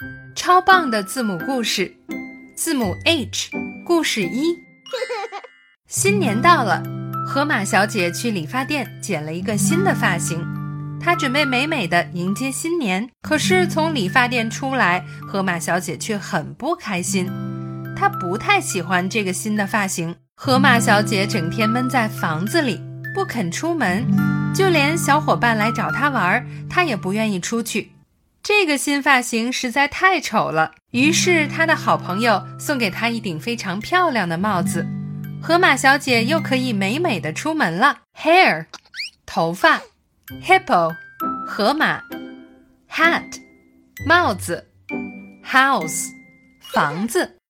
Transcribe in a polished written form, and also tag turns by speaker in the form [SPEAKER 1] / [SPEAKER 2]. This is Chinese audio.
[SPEAKER 1] 超棒的字母故事，字母 H， 故事1。新年到了，河马小姐去理发店剪了一个新的发型，她准备美美的迎接新年。可是从理发店出来，河马小姐却很不开心，她不太喜欢这个新的发型。河马小姐整天闷在房子里，不肯出门，就连小伙伴来找她玩，她也不愿意出去。这个新发型实在太丑了，于是她的好朋友送给她一顶非常漂亮的帽子，河马小姐又可以美美的出门了。 Hair 头发， Hippo 河马， Hat 帽子， House 房子。